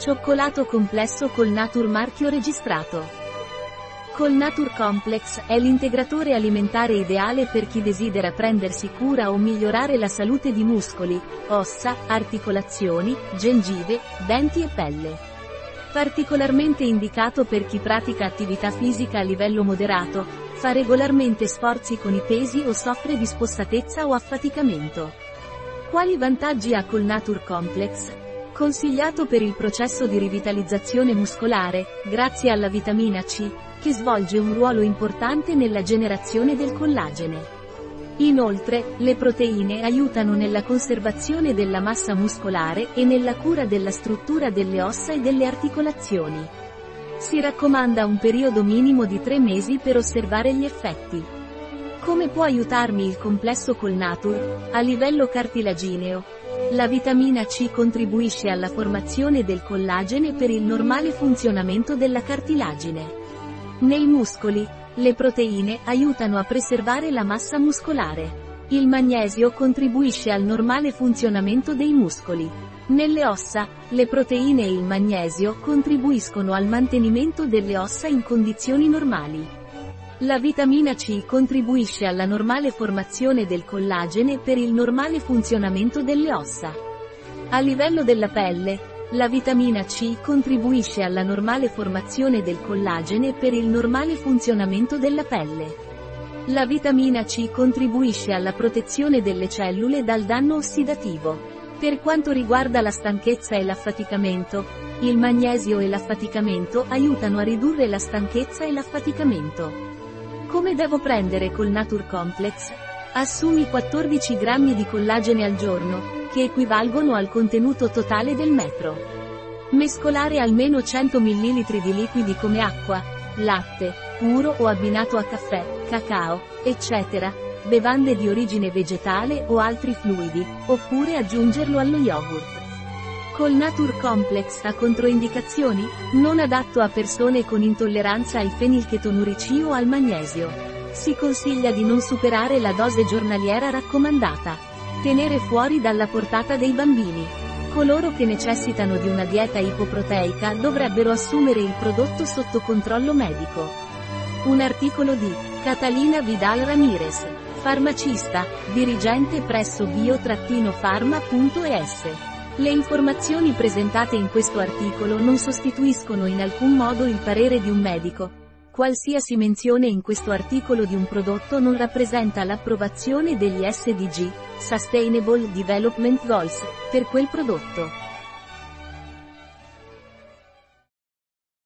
Cioccolato complesso col Nature marchio registrato. Col Nature Complex è l'integratore alimentare ideale per chi desidera prendersi cura o migliorare la salute di muscoli, ossa, articolazioni, gengive, denti e pelle. Particolarmente indicato per chi pratica attività fisica a livello moderato, fa regolarmente sforzi con i pesi o soffre di spossatezza o affaticamento. Quali vantaggi ha col Nature Complex? Consigliato per il processo di rivitalizzazione muscolare, grazie alla vitamina C, che svolge un ruolo importante nella generazione del collagene. Inoltre, le proteine aiutano nella conservazione della massa muscolare e nella cura della struttura delle ossa e delle articolazioni. Si raccomanda un periodo minimo di 3 mesi per osservare gli effetti. Come può aiutarmi il complesso col Nature? A livello cartilagineo, la vitamina C contribuisce alla formazione del collagene per il normale funzionamento della cartilagine. Nei muscoli, le proteine aiutano a preservare la massa muscolare. Il magnesio contribuisce al normale funzionamento dei muscoli. Nelle ossa, le proteine e il magnesio contribuiscono al mantenimento delle ossa in condizioni normali. La vitamina C contribuisce alla normale formazione del collagene per il normale funzionamento delle ossa. A livello della pelle, la vitamina C contribuisce alla normale formazione del collagene per il normale funzionamento della pelle. La vitamina C contribuisce alla protezione delle cellule dal danno ossidativo. Per quanto riguarda la stanchezza e l'affaticamento, il magnesio e l'affaticamento aiutano a ridurre la stanchezza e l'affaticamento. Come devo prendere col Nature Complex? Assumi 14 grammi di collagene al giorno, che equivalgono al contenuto totale del metro. Mescolare almeno 100 ml di liquidi come acqua, latte, puro o abbinato a caffè, cacao, eccetera, bevande di origine vegetale o altri fluidi, oppure aggiungerlo allo yogurt. Col Nature Complex ha controindicazioni? Non adatto a persone con intolleranza ai fenilchetonurici o al magnesio. Si consiglia di non superare la dose giornaliera raccomandata. Tenere fuori dalla portata dei bambini. Coloro che necessitano di una dieta ipoproteica dovrebbero assumere il prodotto sotto controllo medico. Un articolo di Catalina Vidal Ramirez, farmacista, dirigente presso bio-pharma.es. Le informazioni presentate in questo articolo non sostituiscono in alcun modo il parere di un medico. Qualsiasi menzione in questo articolo di un prodotto non rappresenta l'approvazione degli SDG, Sustainable Development Goals, per quel prodotto.